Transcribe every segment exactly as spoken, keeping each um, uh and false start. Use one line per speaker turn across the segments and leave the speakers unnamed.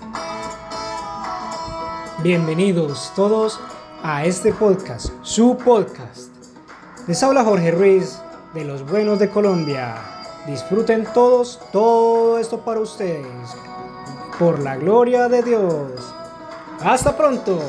Bienvenidos todos a este podcast, su podcast. Les habla Jorge Ruiz de Los Buenos de Colombia. Disfruten todos todo esto para ustedes, por la gloria de Dios. ¡Hasta pronto!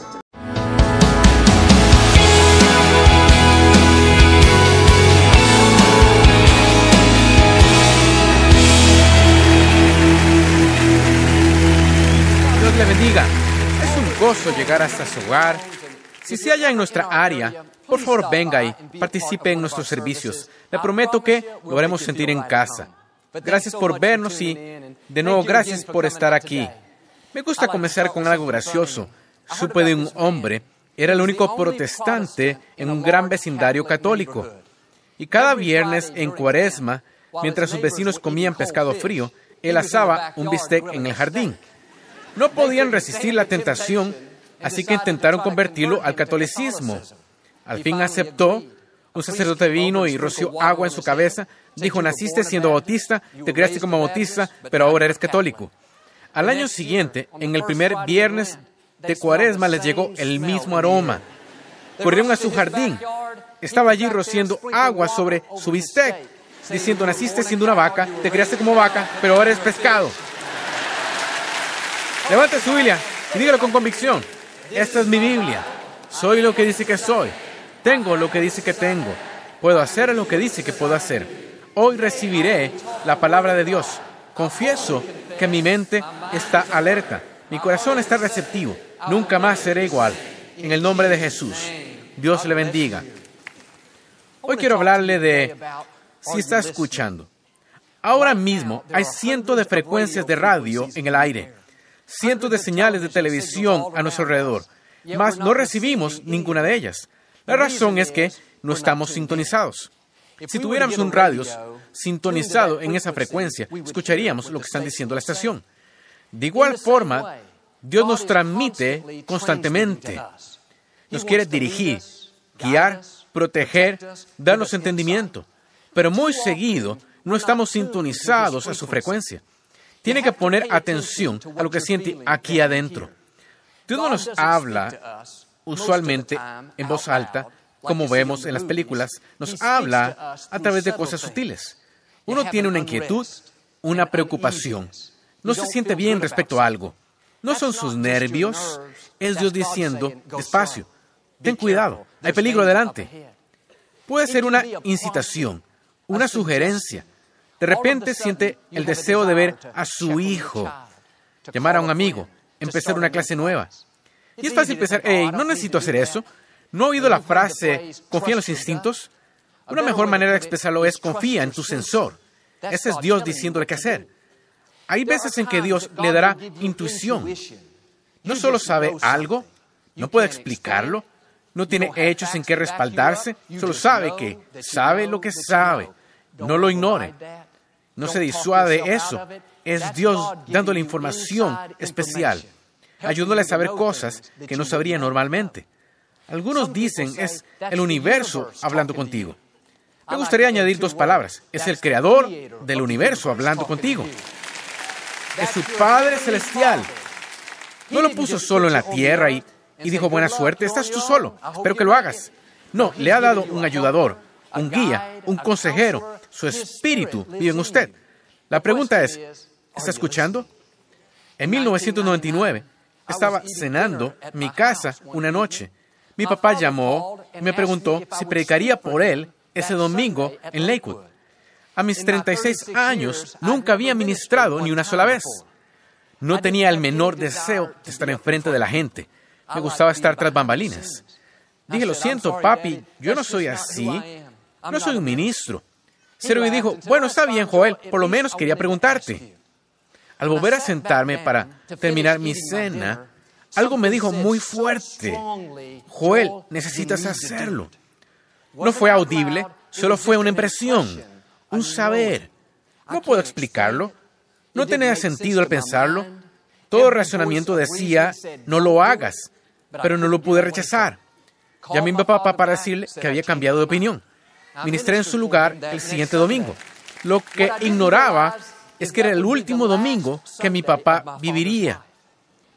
Dios le bendiga. Es un gozo llegar hasta su hogar. Si se halla en nuestra área, por favor venga y participe en nuestros servicios. Le prometo que lo haremos sentir en casa. Gracias por vernos y, de nuevo, gracias por estar aquí. Me gusta comenzar con algo gracioso. Supe de un hombre, era el único protestante en un gran vecindario católico. Y cada viernes en Cuaresma, mientras sus vecinos comían pescado frío, él asaba un bistec en el jardín. No podían resistir la tentación, así que intentaron convertirlo al catolicismo. Al fin aceptó. Un sacerdote vino y roció agua en su cabeza. Dijo: naciste siendo bautista, te criaste como bautista, pero ahora eres católico. Al año siguiente, en el primer viernes de Cuaresma, les llegó el mismo aroma. Corrieron a su jardín. Estaba allí rociando agua sobre su bistec, diciendo: naciste siendo una vaca, te criaste como vaca, pero ahora eres pescado. Levante su Biblia y dígalo con convicción: esta es mi Biblia. Soy lo que dice que soy. Tengo lo que dice que tengo. Puedo hacer lo que dice que puedo hacer. Hoy recibiré la palabra de Dios. Confieso que mi mente está alerta. Mi corazón está receptivo. Nunca más seré igual. En el nombre de Jesús. Dios le bendiga. Hoy quiero hablarle de si está escuchando. Ahora mismo hay cientos de frecuencias de radio en el aire. Cientos de señales de televisión a nuestro alrededor, mas no recibimos ninguna de ellas. La razón es que no estamos sintonizados. Si tuviéramos un radio sintonizado en esa frecuencia, escucharíamos lo que están diciendo la estación. De igual forma, Dios nos transmite constantemente. Nos quiere dirigir, guiar, proteger, darnos entendimiento. Pero muy seguido no estamos sintonizados a su frecuencia. Tiene que poner atención a lo que siente aquí adentro. Dios no nos habla usualmente en voz alta, como vemos en las películas. Nos habla a través de cosas sutiles. Uno tiene una inquietud, una preocupación. No se siente bien respecto a algo. No son sus nervios. Es Dios diciendo: despacio, ten cuidado, hay peligro adelante. Puede ser una incitación, una sugerencia. De repente siente el deseo de ver a su hijo, llamar a un amigo, empezar una clase nueva. Y es fácil pensar: hey, no necesito hacer eso. ¿No he oído la frase, confía en los instintos? Una mejor manera de expresarlo es: confía en tu sensor. Ese es Dios diciéndole qué hacer. Hay veces en que Dios le dará intuición. No solo sabe algo, no puede explicarlo, no tiene hechos en que respaldarse, solo sabe que sabe lo que sabe. No lo ignore. No se disuade de eso. Es Dios dándole información especial, ayudándole a saber cosas que no sabría normalmente. Algunos dicen es el universo hablando contigo. Me gustaría añadir dos palabras. Es el creador del universo hablando contigo. Es su Padre Celestial. No lo puso solo en la tierra y, y dijo: buena suerte, estás tú solo, espero que lo hagas. No, le ha dado un ayudador, un guía, un consejero. Su espíritu vive en usted. La pregunta es: ¿está escuchando? En mil novecientos noventa y nueve, estaba cenando en mi casa una noche. Mi papá llamó y me preguntó si predicaría por él ese domingo en Lakewood. A mis treinta y seis años, nunca había ministrado ni una sola vez. No tenía el menor deseo de estar enfrente de la gente. Me gustaba estar tras bambalinas. Dije: lo siento, papi, yo no soy así. No soy un ministro. Serví y dijo: bueno, está bien, Joel, por lo menos quería preguntarte. Al volver a sentarme para terminar mi cena, algo me dijo muy fuerte: Joel, necesitas hacerlo. No fue audible, solo fue una impresión, un saber. No puedo explicarlo. No tenía sentido al pensarlo. Todo razonamiento decía: no lo hagas, pero no lo pude rechazar. Llamé a mi papá para decirle que había cambiado de opinión. Ministré en su lugar el siguiente domingo. Lo que ignoraba es que era el último domingo que mi papá viviría.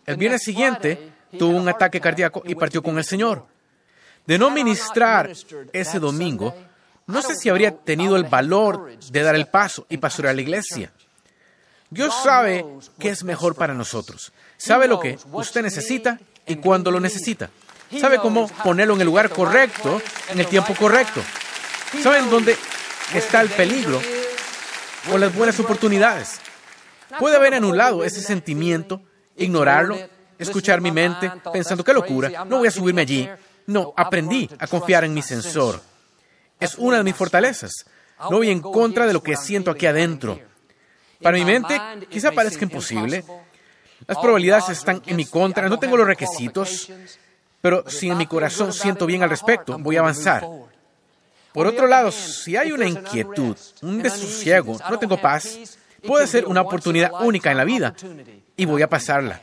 El viernes siguiente tuvo un ataque cardíaco y partió con el Señor. De no ministrar ese domingo, no sé si habría tenido el valor de dar el paso y pastorear la iglesia. Dios sabe qué es mejor para nosotros. Sabe lo que usted necesita y cuándo lo necesita. Sabe cómo ponerlo en el lugar correcto, en el tiempo correcto. Sabe en dónde está el peligro o las buenas oportunidades. Puede haber anulado ese sentimiento, ignorarlo, escuchar mi mente, pensando, qué locura, no voy a subirme allí. No, aprendí a confiar en mi sensor. Es una de mis fortalezas. No voy en contra de lo que siento aquí adentro. Para mi mente, quizá parezca imposible. Las probabilidades están en mi contra, no tengo los requisitos, pero si en mi corazón siento bien al respecto, voy a avanzar. Por otro lado, si hay una inquietud, un desasosiego, no tengo paz, puede ser una oportunidad única en la vida y voy a pasarla.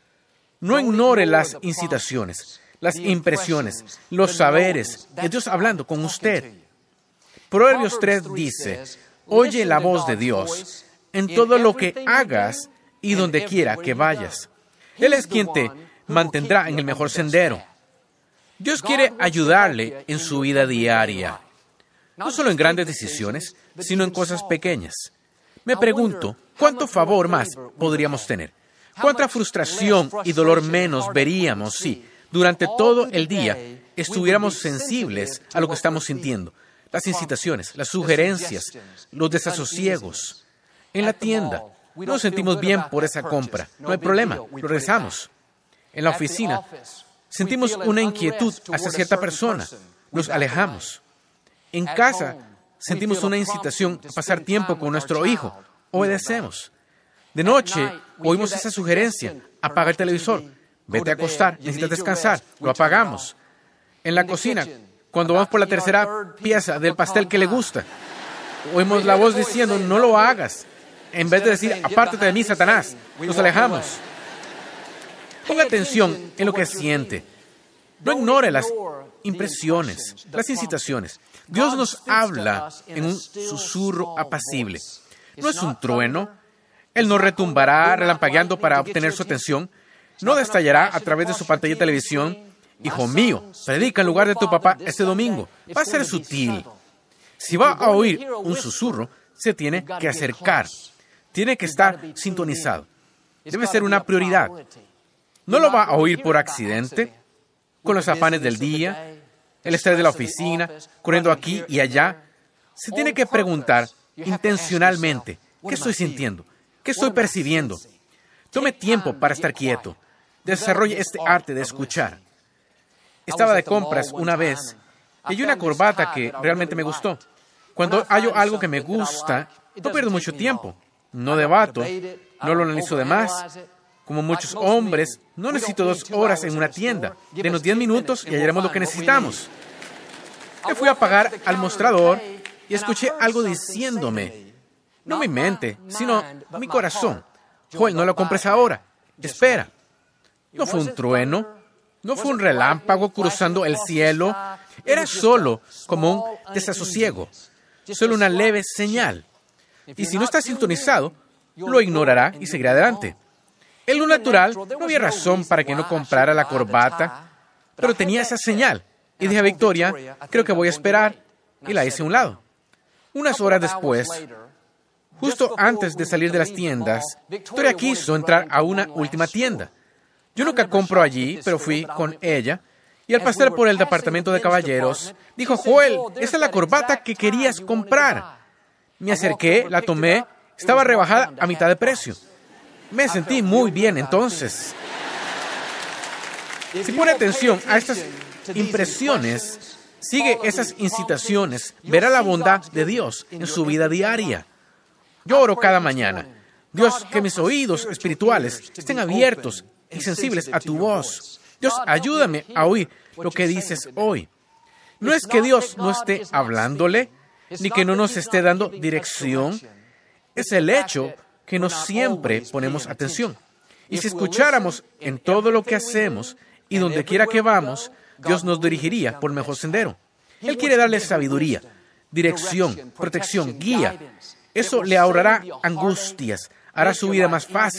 No ignore las incitaciones, las impresiones, los saberes de Dios hablando con usted. Proverbios tres dice, oye la voz de Dios en todo lo que hagas y donde quiera que vayas. Él es quien te mantendrá en el mejor sendero. Dios quiere ayudarle en su vida diaria, no solo en grandes decisiones, sino en cosas pequeñas. Me pregunto, ¿cuánto favor más podríamos tener? ¿Cuánta frustración y dolor menos veríamos si, durante todo el día, estuviéramos sensibles a lo que estamos sintiendo? Las incitaciones, las sugerencias, los desasosiegos. En la tienda, no nos sentimos bien por esa compra. No hay problema, lo regresamos. En la oficina, sentimos una inquietud hacia cierta persona. Nos alejamos. En casa, sentimos una incitación a pasar tiempo con nuestro hijo. Obedecemos. De noche, oímos esa sugerencia. Apaga el televisor. Vete a acostar. Necesitas descansar. Lo apagamos. En la cocina, cuando vamos por la tercera pieza del pastel que le gusta, oímos la voz diciendo, no lo hagas. En vez de decir, apártate de mí, Satanás. Nos alejamos. Ponga atención en lo que siente. No ignore las impresiones, las incitaciones. Dios nos habla en un susurro apacible. No es un trueno. Él no retumbará relampagueando para obtener su atención. No destallará a través de su pantalla de televisión. Hijo mío, predica en lugar de tu papá este domingo. Va a ser sutil. Si va a oír un susurro, se tiene que acercar. Tiene que estar sintonizado. Debe ser una prioridad. No lo va a oír por accidente, con los afanes del día, el estrés de la oficina, corriendo aquí y allá. Se tiene que preguntar intencionalmente, ¿qué estoy sintiendo? ¿Qué estoy percibiendo? Tome tiempo para estar quieto. Desarrolle este arte de escuchar. Estaba de compras una vez y hay una corbata que realmente me gustó. Cuando hallo algo que me gusta, no pierdo mucho tiempo. No debato, no lo analizo de más. Como muchos hombres, no necesito dos horas en una tienda. Denos diez minutos y hallaremos lo que necesitamos. Me fui a pagar al mostrador y escuché algo diciéndome, no mi mente, sino mi corazón. Joel, no lo compres ahora. Espera. No fue un trueno, no fue un relámpago cruzando el cielo. Era solo como un desasosiego, solo una leve señal. Y si no está sintonizado, lo ignorará y seguirá adelante. En lo natural, no había razón para que no comprara la corbata, pero tenía esa señal. Y dije a Victoria, creo que voy a esperar, y la hice a un lado. Unas horas después, justo antes de salir de las tiendas, Victoria quiso entrar a una última tienda. Yo nunca compro allí, pero fui con ella, y al pasar por el departamento de caballeros, dijo, Joel, esa es la corbata que querías comprar. Me acerqué, la tomé, estaba rebajada a mitad de precio. Me sentí muy bien entonces. Si pone atención a estas impresiones, sigue esas incitaciones, verá la bondad de Dios en su vida diaria. Yo oro cada mañana. Dios, que mis oídos espirituales estén abiertos y sensibles a tu voz. Dios, ayúdame a oír lo que dices hoy. No es que Dios no esté hablándole, ni que no nos esté dando dirección. Es el hecho que no siempre ponemos atención. Y si escucháramos en todo lo que hacemos y donde quiera que vamos, Dios nos dirigiría por el mejor sendero. Él quiere darle sabiduría, dirección, protección, guía. Eso le ahorrará angustias, hará su vida más fácil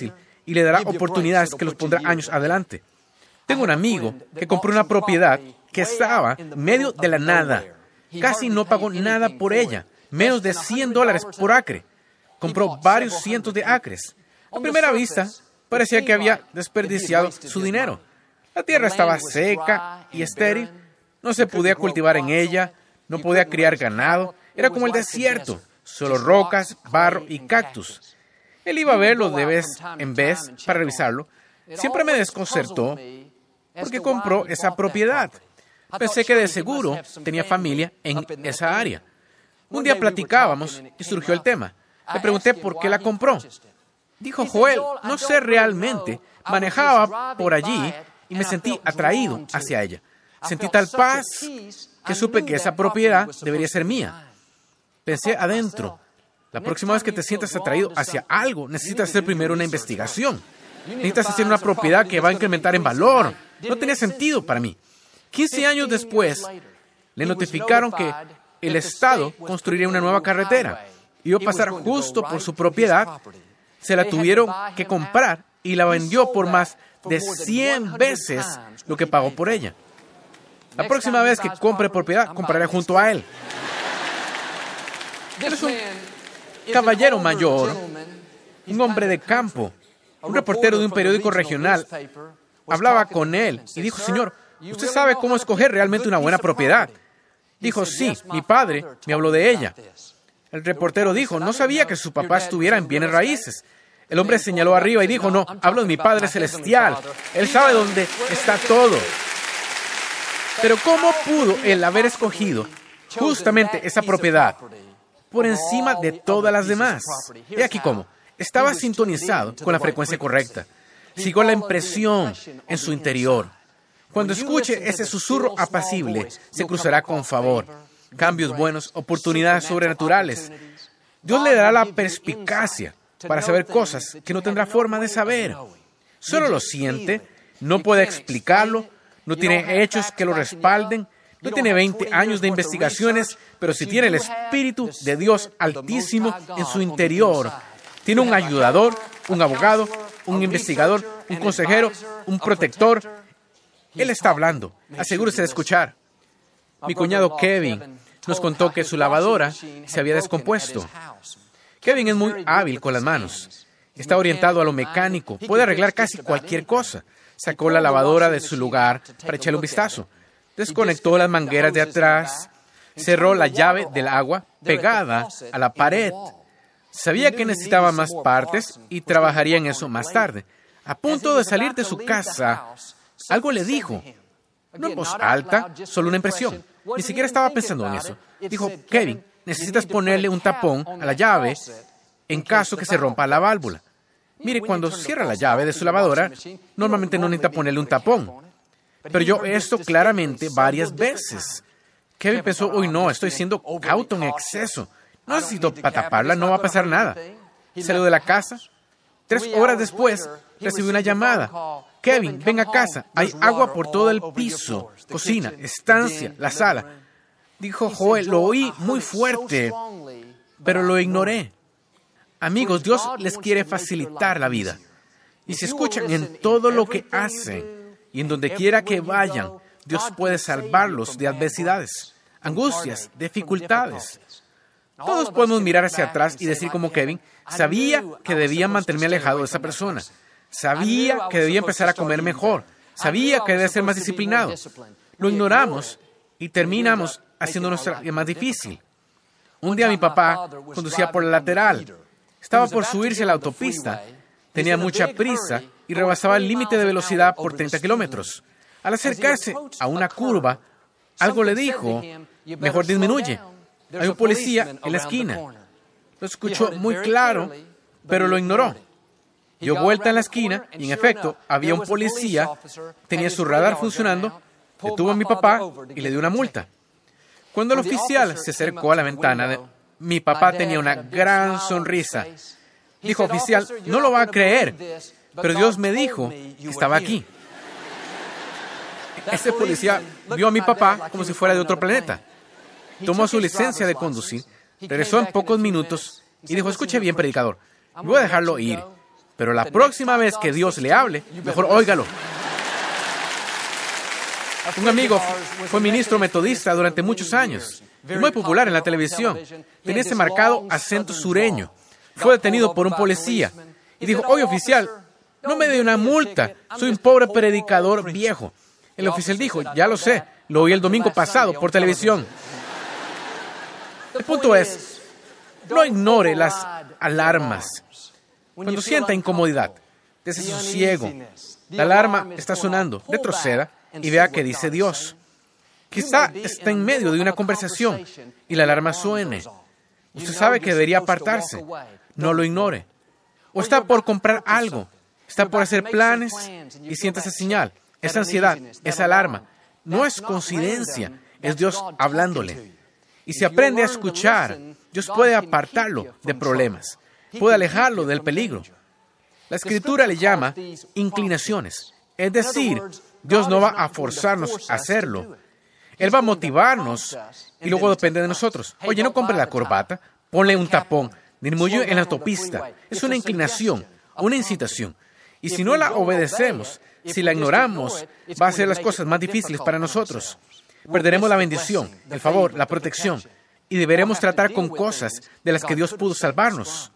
y le dará oportunidades que los pondrá años adelante. Tengo un amigo que compró una propiedad que estaba en medio de la nada. Casi no pagó nada por ella, menos de cien dólares por acre. Compró varios cientos de acres. A primera vista, parecía que había desperdiciado su dinero. La tierra estaba seca y estéril. No se podía cultivar en ella, no podía criar ganado. Era como el desierto, solo rocas, barro y cactus. Él iba a verlo de vez en vez para revisarlo. Siempre me desconcertó porque compró esa propiedad. Pensé que de seguro tenía familia en esa área. Un día platicábamos y surgió el tema. Le pregunté por qué la compró. Dijo Joel, no sé realmente. Manejaba por allí y me sentí atraído hacia ella. Sentí tal paz que supe que esa propiedad debería ser mía. Pensé adentro. La próxima vez que te sientas atraído hacia algo, necesitas hacer primero una investigación. Necesitas hacer una propiedad que va a incrementar en valor. No tenía sentido para mí. quince años después, le notificaron que el Estado construiría una nueva carretera. Iba a pasar justo por su propiedad. Se la tuvieron que comprar y la vendió por más de cien veces lo que pagó por ella. La próxima vez que compre propiedad, compraré junto a él. Él es un caballero mayor, un hombre de campo, un reportero de un periódico regional. Hablaba con él y dijo, señor, ¿usted sabe cómo escoger realmente una buena propiedad? Dijo, sí, mi padre me habló de ella. El reportero dijo, no sabía que su papá estuviera en bienes raíces. El hombre señaló arriba y dijo, no, hablo de mi Padre Celestial. Él sabe dónde está todo. Pero ¿cómo pudo él haber escogido justamente esa propiedad por encima de todas las demás? He aquí cómo. Estaba sintonizado con la frecuencia correcta. Siguió la impresión en su interior. Cuando escuche ese susurro apacible, se cruzará con favor. Cambios buenos, oportunidades sobrenaturales. Dios le dará la perspicacia para saber cosas que no tendrá forma de saber. Solo lo siente, no puede explicarlo, no tiene hechos que lo respalden, no tiene veinte años de investigaciones, pero sí tiene el Espíritu de Dios Altísimo en su interior. Tiene un ayudador, un abogado, un investigador, un consejero, un protector. Él está hablando. Asegúrese de escuchar. Mi cuñado Kevin nos contó que su lavadora se había descompuesto. Kevin es muy hábil con las manos. Está orientado a lo mecánico. Puede arreglar casi cualquier cosa. Sacó la lavadora de su lugar para echarle un vistazo. Desconectó las mangueras de atrás. Cerró la llave del agua pegada a la pared. Sabía que necesitaba más partes y trabajaría en eso más tarde. A punto de salir de su casa, algo le dijo. No en voz alta, solo una impresión. Ni siquiera estaba pensando en eso. Dijo, Kevin, necesitas ponerle un tapón a la llave en caso que se rompa la válvula. Mire, cuando cierra la llave de su lavadora, normalmente no necesita ponerle un tapón. Pero yo esto claramente varias veces. Kevin pensó, uy, no, estoy siendo cauto en exceso. No necesito para taparla, no va a pasar nada. Salió de la casa. Tres horas después, recibió una llamada. Kevin, ven a casa. Hay agua por todo el piso, cocina, estancia, la sala. Dijo Joel, lo oí muy fuerte, pero lo ignoré. Amigos, Dios les quiere facilitar la vida. Y si escuchan en todo lo que hacen y en donde quiera que vayan, Dios puede salvarlos de adversidades, angustias, dificultades. Todos podemos mirar hacia atrás y decir como Kevin, sabía que debía mantenerme alejado de esa persona. Sabía que debía empezar a comer mejor. Sabía que debía ser más disciplinado. Lo ignoramos y terminamos haciendo nuestra vida más difícil. Un día mi papá conducía por la lateral. Estaba por subirse a la autopista. Tenía mucha prisa y rebasaba el límite de velocidad por treinta kilómetros. Al acercarse a una curva, algo le dijo, mejor disminuye. Hay un policía en la esquina. Lo escuchó muy claro, pero lo ignoró. Dio vuelta en la esquina y, en efecto, había un policía, tenía su radar funcionando, detuvo a mi papá y le dio una multa. Cuando el oficial se acercó a la ventana, de, mi papá tenía una gran sonrisa. Dijo, oficial, no lo va a creer, pero Dios me dijo que estaba aquí. Ese policía vio a mi papá como si fuera de otro planeta. Tomó su licencia de conducir, regresó en pocos minutos y dijo, escuche bien, predicador, voy a dejarlo ir. Pero la próxima vez que Dios le hable, mejor óigalo. Un amigo fue ministro metodista durante muchos años, y muy popular en la televisión. Tenía ese marcado acento sureño. Fue detenido por un policía y dijo: oye, oficial, no me dé una multa, soy un pobre predicador viejo. El oficial dijo: ya lo sé, lo oí el domingo pasado por televisión. El punto es, no ignore las alarmas. Cuando sienta incomodidad, desasosiego, la alarma está sonando, retroceda y vea qué dice Dios. Quizá está en medio de una conversación y la alarma suene. Usted sabe que debería apartarse. No lo ignore. O está por comprar algo, está por hacer planes y siente esa señal, esa ansiedad, esa alarma. No es coincidencia, es Dios hablándole. Y si aprende a escuchar, Dios puede apartarlo de problemas, puede alejarlo del peligro. La Escritura le llama inclinaciones. Es decir, Dios no va a forzarnos a hacerlo. Él va a motivarnos y luego depende de nosotros. Oye, no compre la corbata, ponle un tapón, murmullo en la autopista. Es una inclinación, una incitación. Y si no la obedecemos, si la ignoramos, va a hacer las cosas más difíciles para nosotros. Perderemos la bendición, el favor, la protección, y deberemos tratar con cosas de las que Dios pudo salvarnos.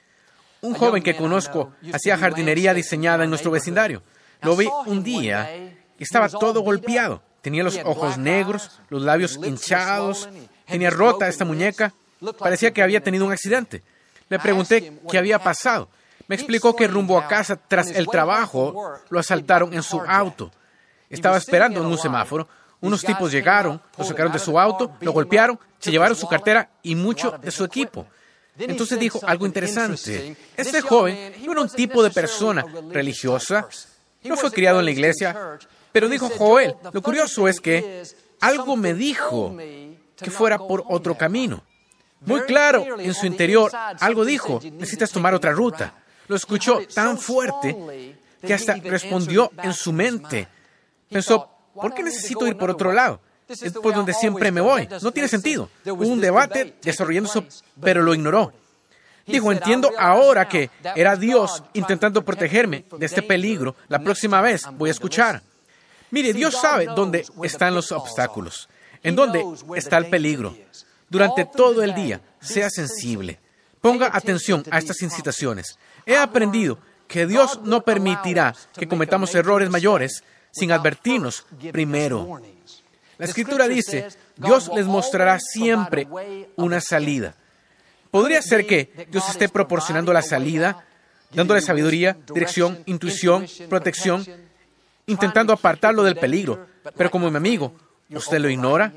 Un joven que conozco hacía jardinería diseñada en nuestro vecindario. Lo vi un día y estaba todo golpeado. Tenía los ojos negros, los labios hinchados, tenía rota esta muñeca. Parecía que había tenido un accidente. Le pregunté qué había pasado. Me explicó que rumbo a casa, tras el trabajo, lo asaltaron en su auto. Estaba esperando en un semáforo. Unos tipos llegaron, lo sacaron de su auto, lo golpearon, se llevaron su cartera y mucho de su equipo. Entonces dijo algo interesante. Este joven no era un tipo de persona religiosa, no fue criado en la iglesia, pero dijo: Joel, lo curioso es que algo me dijo que fuera por otro camino. Muy claro, en su interior, algo dijo: necesitas tomar otra ruta. Lo escuchó tan fuerte que hasta respondió en su mente. Pensó: ¿por qué necesito ir por otro lado? Es por donde siempre me voy. No tiene sentido. Hubo un debate desarrollándose, pero lo ignoró. Dijo: entiendo ahora que era Dios intentando protegerme de este peligro. La próxima vez voy a escuchar. Mire, Dios sabe dónde están los obstáculos, en dónde está el peligro. Durante todo el día, sea sensible. Ponga atención a estas incitaciones. He aprendido que Dios no permitirá que cometamos errores mayores sin advertirnos primero. La Escritura dice: Dios les mostrará siempre una salida. Podría ser que Dios esté proporcionando la salida, dándole sabiduría, dirección, intuición, protección, intentando apartarlo del peligro. Pero como mi amigo, ¿usted lo ignora?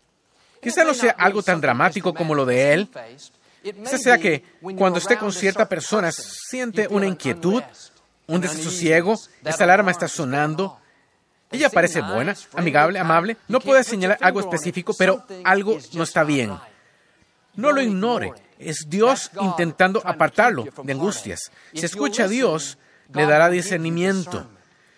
Quizá no sea algo tan dramático como lo de él. Quizá sea que cuando esté con cierta persona siente una inquietud, un desasosiego, esta alarma está sonando. Ella parece buena, amigable, amable. No puede señalar algo específico, pero algo no está bien. No lo ignore. Es Dios intentando apartarlo de angustias. Si escucha a Dios, le dará discernimiento.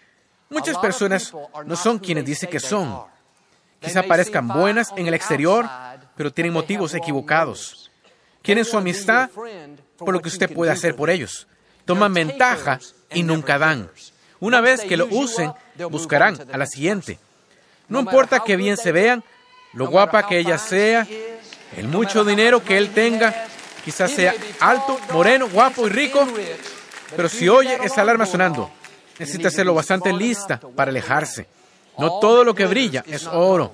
Muchas personas no son quienes dicen que son. Quizá parezcan buenas en el exterior, pero tienen motivos equivocados. Quieren su amistad por lo que usted puede hacer por ellos. Toman ventaja y nunca dan. Una vez que lo usen, buscarán a la siguiente. No importa que bien se vean, lo guapa que ella sea, el mucho dinero que él tenga, quizás sea alto, moreno, guapo y rico, pero si oye esa alarma sonando, necesita hacerlo bastante lista para alejarse. No todo lo que brilla es oro.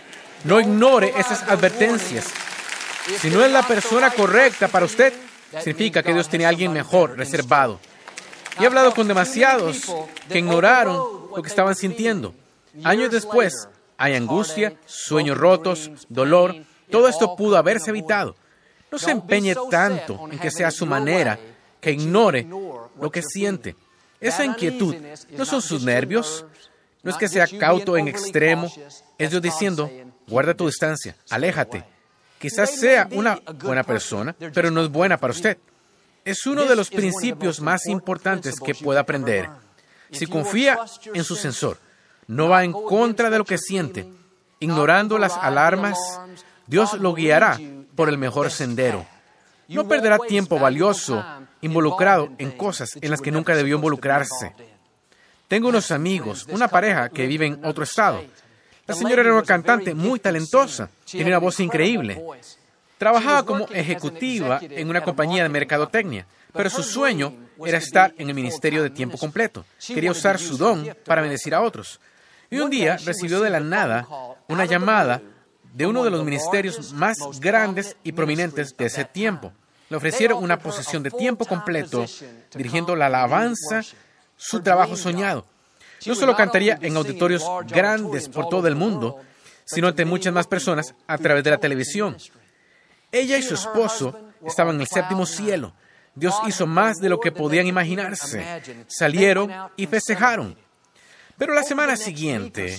No ignore esas advertencias. Si no es la persona correcta para usted, significa que Dios tiene a alguien mejor, reservado. Y he hablado con demasiados que ignoraron lo que estaban sintiendo. Años después, hay angustia, sueños rotos, dolor. Todo esto pudo haberse evitado. No se empeñe tanto en que sea a su manera, que ignore lo que siente. Esa inquietud no son sus nervios, no es que sea cauto en extremo. Es Dios diciendo: guarda tu distancia, aléjate. Quizás sea una buena persona, pero no es buena para usted. Es uno de los principios más importantes que puede aprender. Si confía en su sensor, no va en contra de lo que siente, ignorando las alarmas, Dios lo guiará por el mejor sendero. No perderá tiempo valioso involucrado en cosas en las que nunca debió involucrarse. Tengo unos amigos, una pareja que vive en otro estado. La señora era una cantante muy talentosa, tenía una voz increíble. Trabajaba como ejecutiva en una compañía de mercadotecnia, pero su sueño era estar en el ministerio de tiempo completo. Quería usar su don para bendecir a otros. Y un día recibió de la nada una llamada de uno de los ministerios más grandes y prominentes de ese tiempo. Le ofrecieron una posición de tiempo completo, dirigiendo la alabanza, su trabajo soñado. No solo cantaría en auditorios grandes por todo el mundo, sino ante muchas más personas a través de la televisión. Ella y su esposo estaban en el séptimo cielo. Dios hizo más de lo que podían imaginarse. Salieron y festejaron. Pero la semana siguiente,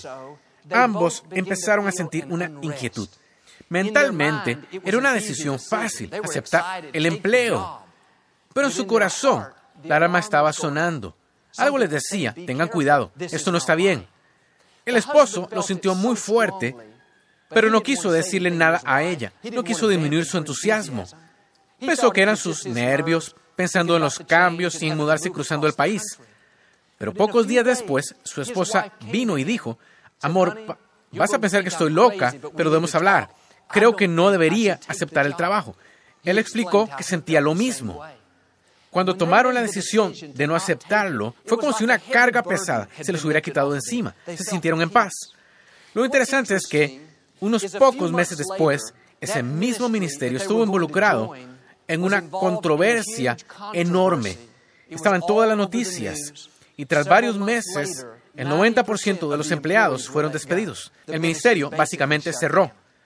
ambos empezaron a sentir una inquietud. Mentalmente, era una decisión fácil, aceptar el empleo. Pero en su corazón, la alarma estaba sonando. Algo les decía, tengan cuidado, esto no está bien. El esposo lo sintió muy fuerte, pero no quiso decirle nada a ella. No quiso disminuir su entusiasmo. Pensó que eran sus nervios, pensando en los cambios y en mudarse cruzando el país. Pero pocos días después, su esposa vino y dijo, amor, vas a pensar que estoy loca, pero debemos hablar. Creo que no debería aceptar el trabajo. Él explicó que sentía lo mismo. Cuando tomaron la decisión de no aceptarlo, fue como si una carga pesada se les hubiera quitado de encima. Se sintieron en paz. Lo interesante es que, unos pocos meses después, ese mismo ministerio estuvo involucrado en una controversia enorme. Estaba en todas las noticias. Y tras varios meses, el noventa por ciento de los empleados fueron despedidos. El ministerio básicamente cerró.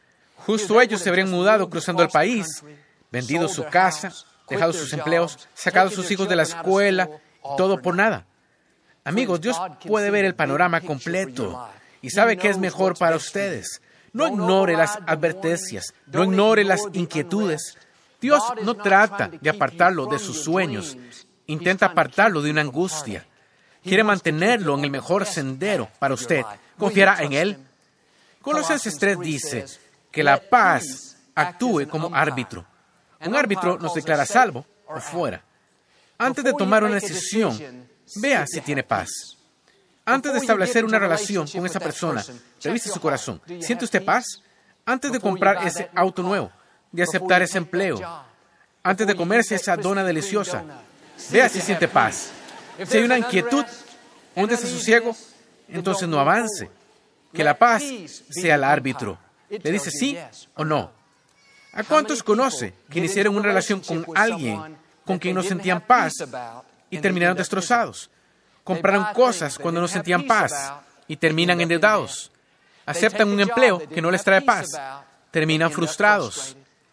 Justo ellos se habrían mudado cruzando el país, vendido su casa, dejado sus empleos, sacado a sus hijos de la escuela, todo por nada. Amigos, Dios puede ver el panorama completo y sabe qué es mejor para ustedes. No ignore las advertencias, no ignore las inquietudes. Dios no trata de apartarlo de sus sueños, intenta apartarlo de una angustia. Quiere mantenerlo en el mejor sendero para usted. ¿Confiará en Él? Colosenses tres dice que la paz actúe como árbitro. Un árbitro nos declara salvo o fuera. Antes de tomar una decisión, vea si tiene paz. Antes de establecer una relación con esa persona, revise su corazón. ¿Siente usted paz? Antes de comprar ese auto nuevo, de aceptar ese empleo, antes de comerse esa dona deliciosa, vea si siente paz. Si hay una inquietud, un desasosiego, entonces no avance. Que la paz sea el árbitro. Le dice sí o no. ¿A cuántos conoce que iniciaron una relación con alguien con quien no sentían paz y terminaron destrozados? Compraron cosas cuando no sentían paz y terminan endeudados. Aceptan un empleo que no les trae paz. Terminan frustrados.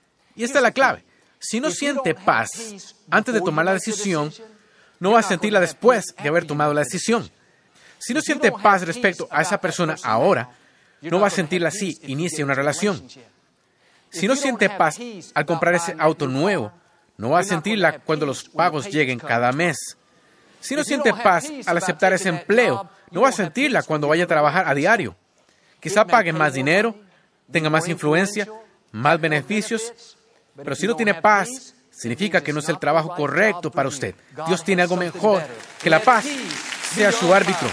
Y esta es la clave. Si no siente paz antes de tomar la decisión, no va a sentirla después de haber tomado la decisión. Si no siente paz respecto a esa persona ahora, no va a sentirla si inicia una relación. Si no siente paz al comprar ese auto nuevo, no va a sentirla cuando los pagos lleguen cada mes. Si no siente paz al aceptar ese empleo, no va a sentirla cuando vaya a trabajar a diario. Quizá pague más dinero, tenga más influencia, más beneficios, pero si no tiene paz, significa que no es el trabajo correcto para usted. Dios tiene algo mejor, que la paz sea su árbitro.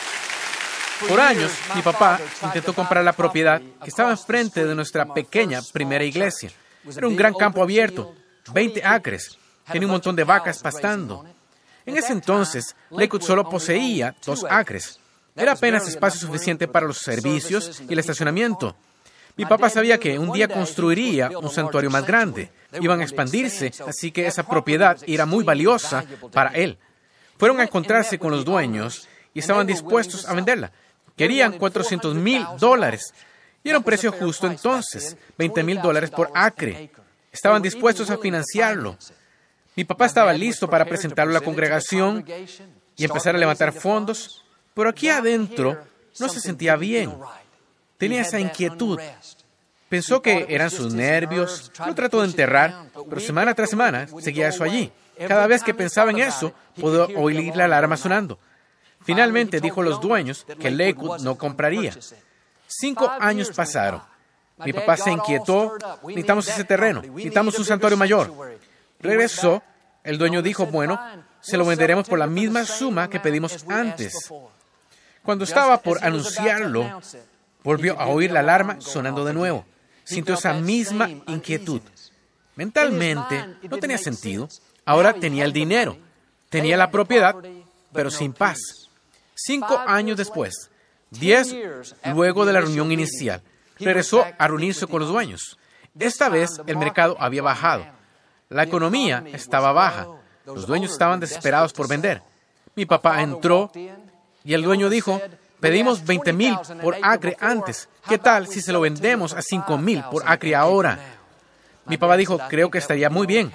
Por años, mi papá intentó comprar la propiedad que estaba enfrente de nuestra pequeña primera iglesia. Era un gran campo abierto, veinte acres. Tenía un montón de vacas pastando. En ese entonces, Lakewood solo poseía dos acres. Era apenas espacio suficiente para los servicios y el estacionamiento. Mi papá sabía que un día construiría un santuario más grande. Iban a expandirse, así que esa propiedad era muy valiosa para él. Fueron a encontrarse con los dueños y estaban dispuestos a venderla. Querían cuatrocientos mil dólares. Y era un precio justo entonces, veinte mil dólares por acre. Estaban dispuestos a financiarlo. Mi papá estaba listo para presentarlo a la congregación y empezar a levantar fondos, pero aquí adentro no se sentía bien. Tenía esa inquietud. Pensó que eran sus nervios, lo trató de enterrar, pero semana tras semana seguía eso allí. Cada vez que pensaba en eso, pudo oír la alarma sonando. Finalmente dijo a los dueños que Lakewood no compraría. Cinco años pasaron. Mi papá se inquietó. Necesitamos ese terreno. Necesitamos un santuario mayor. Regresó El dueño dijo, bueno, se lo venderemos por la misma suma que pedimos antes. Cuando estaba por anunciarlo, volvió a oír la alarma sonando de nuevo. Sintió esa misma inquietud. Mentalmente, no tenía sentido. Ahora tenía el dinero, tenía la propiedad, pero sin paz. Cinco años después, diez luego de la reunión inicial, regresó a reunirse con los dueños. Esta vez, el mercado había bajado. La economía estaba baja. Los dueños estaban desesperados por vender. Mi papá entró y el dueño dijo, pedimos veinte mil por acre antes. ¿Qué tal si se lo vendemos a cinco mil por acre ahora? Mi papá dijo, creo que estaría muy bien.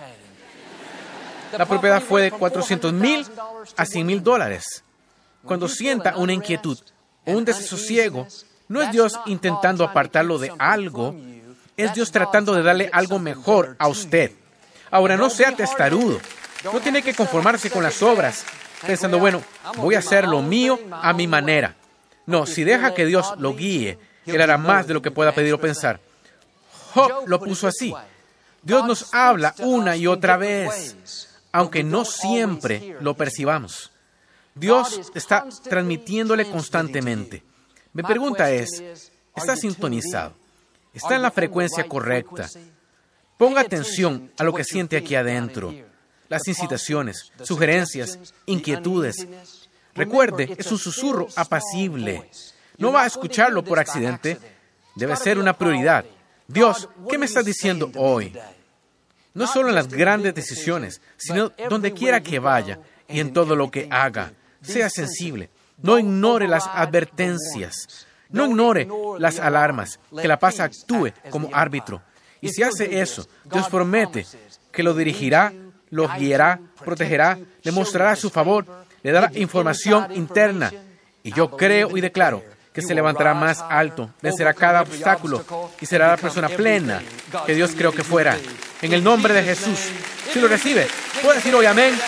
La propiedad fue de cuatrocientos mil a cien mil dólares. Cuando sienta una inquietud o un desasosiego, no es Dios intentando apartarlo de algo, es Dios tratando de darle algo mejor a usted. Ahora, no sea testarudo. No tiene que conformarse con las obras, pensando, bueno, voy a hacer lo mío a mi manera. No, si deja que Dios lo guíe, Él hará más de lo que pueda pedir o pensar. Job lo puso así. Dios nos habla una y otra vez, aunque no siempre lo percibamos. Dios está transmitiéndole constantemente. Mi pregunta es, ¿está sintonizado? ¿Está en la frecuencia correcta? Ponga atención a lo que siente aquí adentro. Las incitaciones, sugerencias, inquietudes. Recuerde, es un susurro apacible. No va a escucharlo por accidente. Debe ser una prioridad. Dios, ¿qué me estás diciendo hoy? No solo en las grandes decisiones, sino donde quiera que vaya y en todo lo que haga. Sea sensible. No ignore las advertencias. No ignore las alarmas. Que la paz actúe como árbitro. Y si hace eso, Dios promete que lo dirigirá, lo guiará, protegerá, le mostrará su favor, le dará información interna. Y yo creo y declaro que se levantará más alto, vencerá cada obstáculo y será la persona plena que Dios creó que fuera. En el nombre de Jesús, si lo recibe, puede decir hoy amén.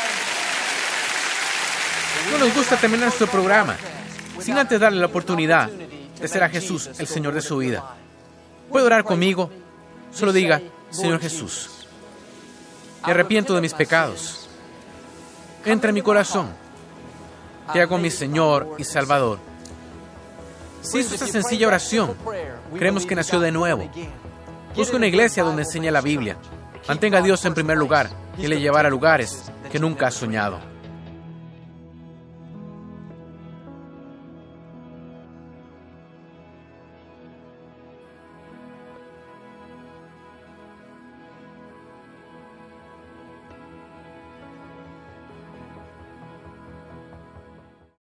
No nos gusta terminar nuestro programa sin antes darle la oportunidad de ser a Jesús el Señor de su vida. ¿Puede orar conmigo? Solo diga, Señor Jesús, me arrepiento de mis pecados. Entra en mi corazón. Te hago mi Señor y Salvador. Si hizo esa sencilla oración, creemos que nació de nuevo. Busque una iglesia donde enseñe la Biblia. Mantenga a Dios en primer lugar y le llevará a lugares que nunca ha soñado.